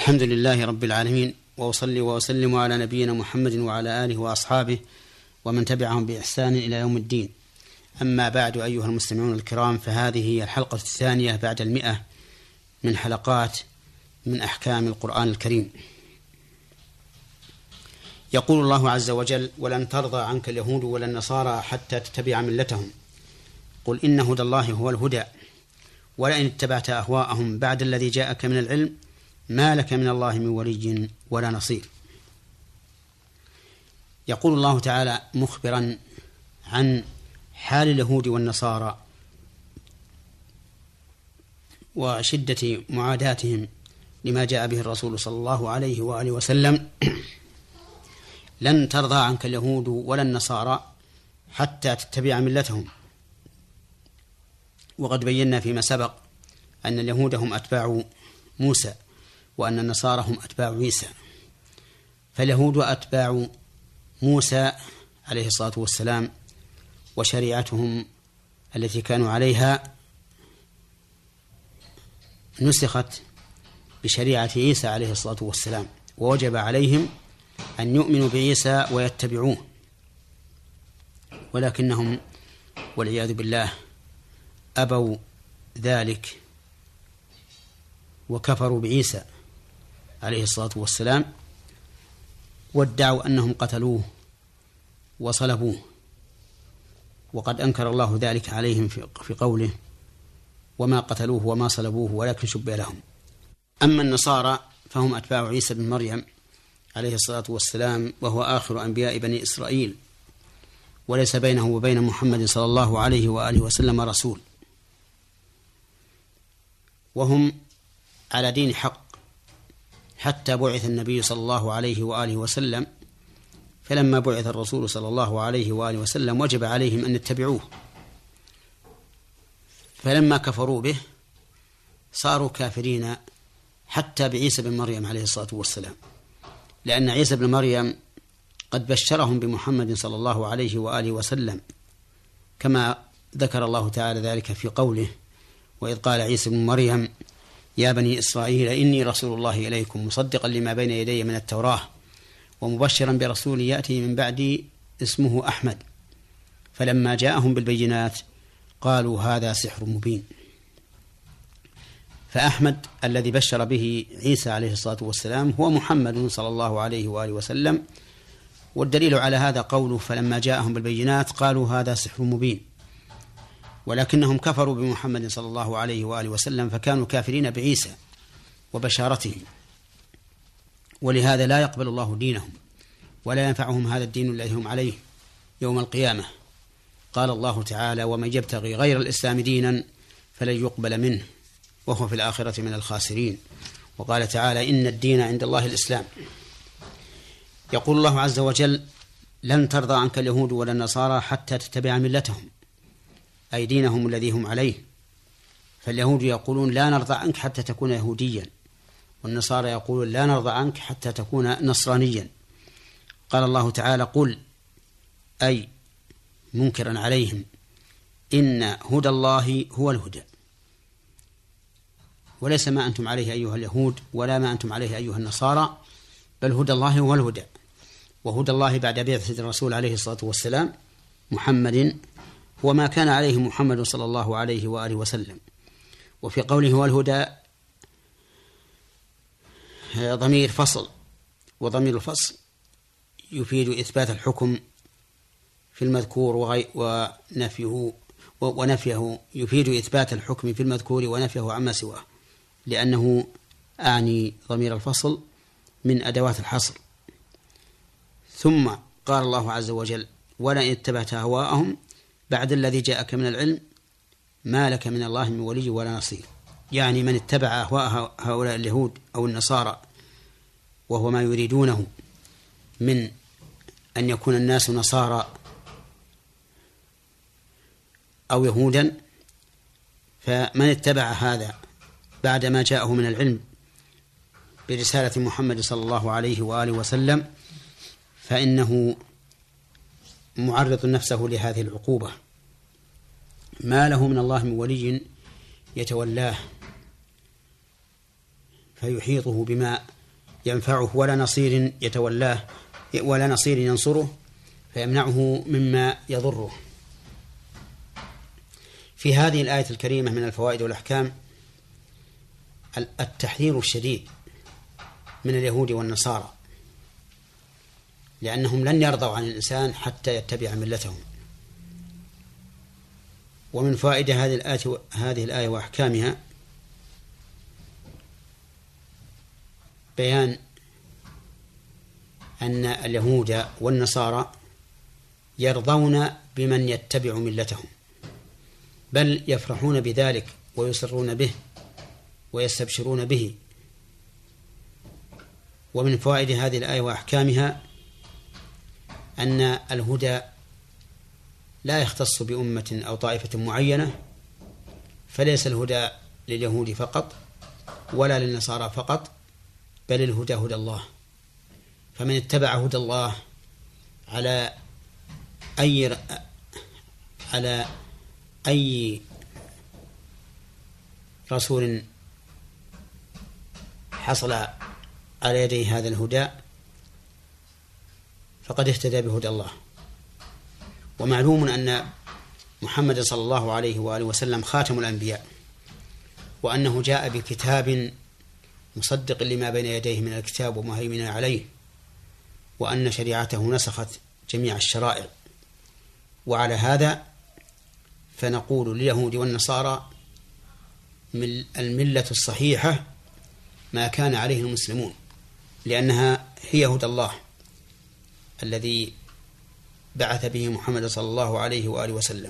الحمد لله رب العالمين، وأصلي وأسلم على نبينا محمد وعلى آله وأصحابه ومن تبعهم بإحسان إلى يوم الدين. أما بعد، أيها المستمعون الكرام، فهذه هي الحلقة الثانية بعد 100 من حلقات من أحكام القرآن الكريم. يقول الله عز وجل: ولن ترضى عنك اليهود ولا النصارى حتى تتبع ملتهم، قل إن هدى الله هو الهدى ولئن اتبعت أهواءهم بعد الذي جاءك من العلم ما لك من الله من ولي ولا نصير. يقول الله تعالى مخبرا عن حال اليهود والنصارى وشدة معاداتهم لما جاء به الرسول صلى الله عليه وآله وسلم: لن ترضى عنك اليهود ولا النصارى حتى تتبع ملتهم. وقد بينا فيما سبق أن اليهود هم أتباع موسى وأن النصارى هم أتباع عيسى. فاليهود أتباع موسى عليه الصلاة والسلام، وشريعتهم التي كانوا عليها نسخت بشريعة عيسى عليه الصلاة والسلام، ووجب عليهم أن يؤمنوا بعيسى ويتبعوه، ولكنهم والعياذ بالله أبوا ذلك وكفروا بعيسى عليه الصلاة والسلام، وادعوا أنهم قتلوه وصلبوه، وقد أنكر الله ذلك عليهم في قوله: وما قتلوه وما صلبوه ولكن شبه لهم. أما النصارى فهم أتباع عيسى بن مريم عليه الصلاة والسلام، وهو آخر أنبياء بني إسرائيل، وليس بينه وبين محمد صلى الله عليه وآله وسلم رسول، وهم على دين حق حتى بعث النبي صلى الله عليه وآله وسلم. فلما بعث الرسول صلى الله عليه وآله وسلم وجب عليهم أن يتبعوه، فلما كفروا به صاروا كافرين حتى بعيسى بن مريم عليه الصلاة والسلام، لأن عيسى بن مريم قد بشرهم بمحمد صلى الله عليه وآله وسلم، كما ذكر الله تعالى ذلك في قوله: وإذ قال عيسى بن مريم يا بني إسرائيل إني رسول الله إليكم مصدقا لما بين يدي من التوراة ومبشرا برسول يأتي من بعدي اسمه أحمد. فلما جاءهم بالبينات قالوا هذا سحر مبين. فأحمد الذي بشر به عيسى عليه الصلاة والسلام هو محمد صلى الله عليه وآله وسلم، والدليل على هذا قوله: فلما جاءهم بالبينات قالوا هذا سحر مبين. ولكنهم كفروا بمحمد صلى الله عليه وآله وسلم، فكانوا كافرين بعيسى وبشارته، ولهذا لا يقبل الله دينهم ولا ينفعهم هذا الدين الذي هم عليه يوم القيامة. قال الله تعالى: ومن يبتغي غير الإسلام دينا فلن يقبل منه وهو في الآخرة من الخاسرين. وقال تعالى: إن الدين عند الله الإسلام. يقول الله عز وجل: لن ترضى عنك اليهود ولا النصارى حتى تتبع ملتهم، أي دينهم الذي هم عليه. فاليهود يقولون لا نرضى عنك حتى تكون يهوديا، والنصارى يقولون لا نرضى عنك حتى تكون نصرانيا. قال الله تعالى: قل، أي منكرا عليهم: إن هدى الله هو الهدى، وليس ما أنتم عليه أيها اليهود ولا ما أنتم عليه أيها النصارى، بل هدى الله هو الهدى. وهدى الله بعد بعثة الرسول عليه الصلاة والسلام محمد هو ما كان عليه محمد صلى الله عليه وآله وسلم. وفي قوله هو الهدى ضمير فصل، وضمير الفصل يفيد إثبات الحكم في المذكور ونفيه يفيد إثبات الحكم في المذكور ونفيه عما سواه، لأنه أعني ضمير الفصل من أدوات الحصر. ثم قال الله عز وجل: ولئن اتبعت أهواءهم بعد الذي جاءك من العلم ما لك من الله من ولي ولا نصير. يعني من اتبع أهواء هؤلاء اليهود أو النصارى، وهو ما يريدونه من أن يكون الناس نصارى أو يهودا، فمن اتبع هذا بعد ما جاءه من العلم برسالة محمد صلى الله عليه وآله وسلم فإنه معرض نفسه لهذه العقوبة، ما له من الله من ولي يتولاه فيحيطه بما ينفعه ولا نصير يتولاه ولا نصير ينصره فيمنعه مما يضره. في هذه الآية الكريمة من الفوائد والأحكام التحذير الشديد من اليهود والنصارى، لأنهم لن يرضوا عن الإنسان حتى يتبع ملتهم. ومن فوائد هذه الآية وأحكامها بيان أن اليهود والنصارى يرضون بمن يتبع ملتهم، بل يفرحون بذلك ويسرون به ويستبشرون به. ومن فوائد هذه الآية وأحكامها أن الهدى لا يختص بأمة أو طائفة معينة، فليس الهدى لليهود فقط ولا للنصارى فقط، بل الهدى هدى الله. فمن اتبع هدى الله على أي رسول حصل على يديه هذا الهدى فقد اهتدى بهدى الله. ومعلوم أن محمد صلى الله عليه وآله وسلم خاتم الأنبياء، وأنه جاء بكتاب مصدق لما بين يديه من الكتاب ومهيمن عليه، وأن شريعته نسخت جميع الشرائع. وعلى هذا فنقول لليهود والنصارى الملة الصحيحة ما كان عليه المسلمون، لأنها هي هدى الله الذي بعث به محمد صلى الله عليه وآله وسلم.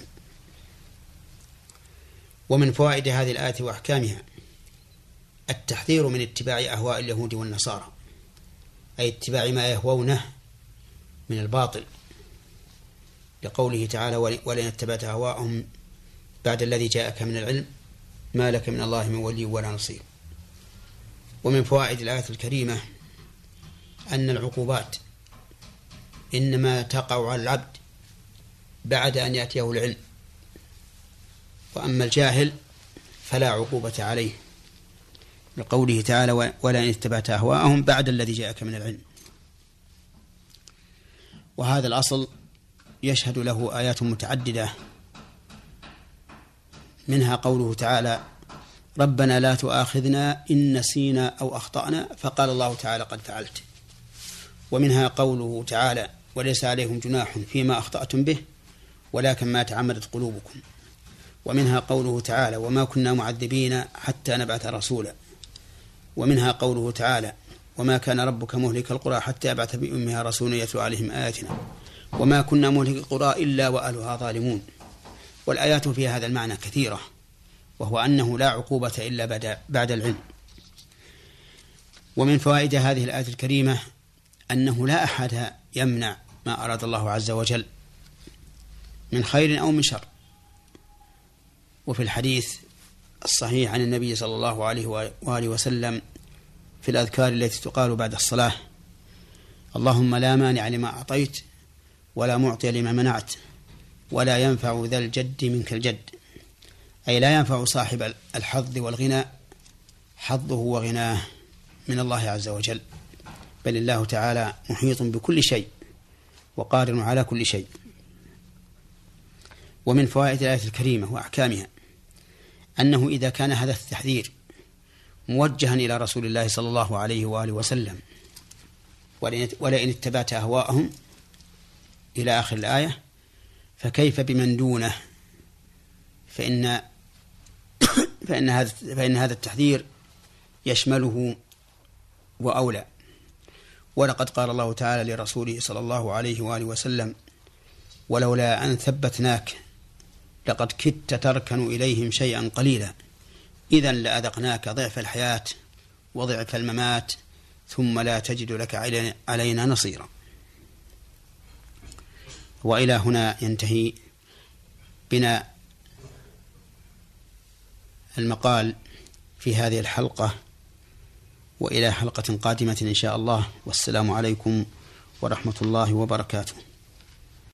ومن فوائد هذه الآية وأحكامها التحذير من اتباع أهواء اليهود والنصارى، أي اتباع ما يهوونه من الباطل، لقوله تعالى ولئن اتبعت أهواءهم بعد الذي جاءك من العلم ما لك من الله من ولي ولا نصير. ومن فوائد الآية الكريمة أن العقوبات إنما تقع على العبد بعد أن يأتيه العلم، وأما الجاهل فلا عقوبة عليه، لقوله تعالى ولئن اتبعت أهواءهم بعد الذي جاءك من العلم. وهذا الأصل يشهد له آيات متعددة، منها قوله تعالى ربنا لا تؤاخذنا إن نسينا أو أخطأنا، فقال الله تعالى قد فعلت. ومنها قوله تعالى وليس عليكم جناح فيما أخطأتم به ولكن ما تعمدت قلوبكم. ومنها قوله تعالى وما كنا معذبين حتى نبعث رسولا. ومنها قوله تعالى وما كان ربك مهلك القرى حتى يبعث بأمها رسولا يتلو عليهم آياتنا وما كنا مهلك القرى إلا وأهلها ظالمون. والآيات في هذا المعنى كثيرة، وهو أنه لا عقوبة إلا بعد العلم. ومن فوائد هذه الآية الكريمة أنه لا أحد يمنع ما أراد الله عز وجل من خير أو من شر. وفي الحديث الصحيح عن النبي صلى الله عليه وآله وسلم في الأذكار التي تقال بعد الصلاة اللهم لا مانع لما أعطيت ولا معطي لما منعت ولا ينفع ذا الجد منك الجد، أي لا ينفع صاحب الحظ والغنى حظه وغناه من الله عز وجل، بل الله تعالى محيط بكل شيء وقادر على كل شيء. ومن فوائد الآية الكريمة وأحكامها أنه إذا كان هذا التحذير موجها إلى رسول الله صلى الله عليه وآله وسلم ولئن اتبعت أهواءهم إلى آخر الآية، فكيف بمن دونه؟ فإن هذا التحذير يشمله وأولى. ولقد قال الله تعالى لرسوله صلى الله عليه وآله وسلم ولولا أن ثبتناك لقد كدت تركن إليهم شيئا قليلا إذا لأذقناك ضعف الحياة وضعف الممات ثم لا تجد لك علينا نصيرا. وإلى هنا ينتهي بنا المقال في هذه الحلقة، وإلى حلقة قادمة إن شاء الله، والسلام عليكم ورحمة الله وبركاته.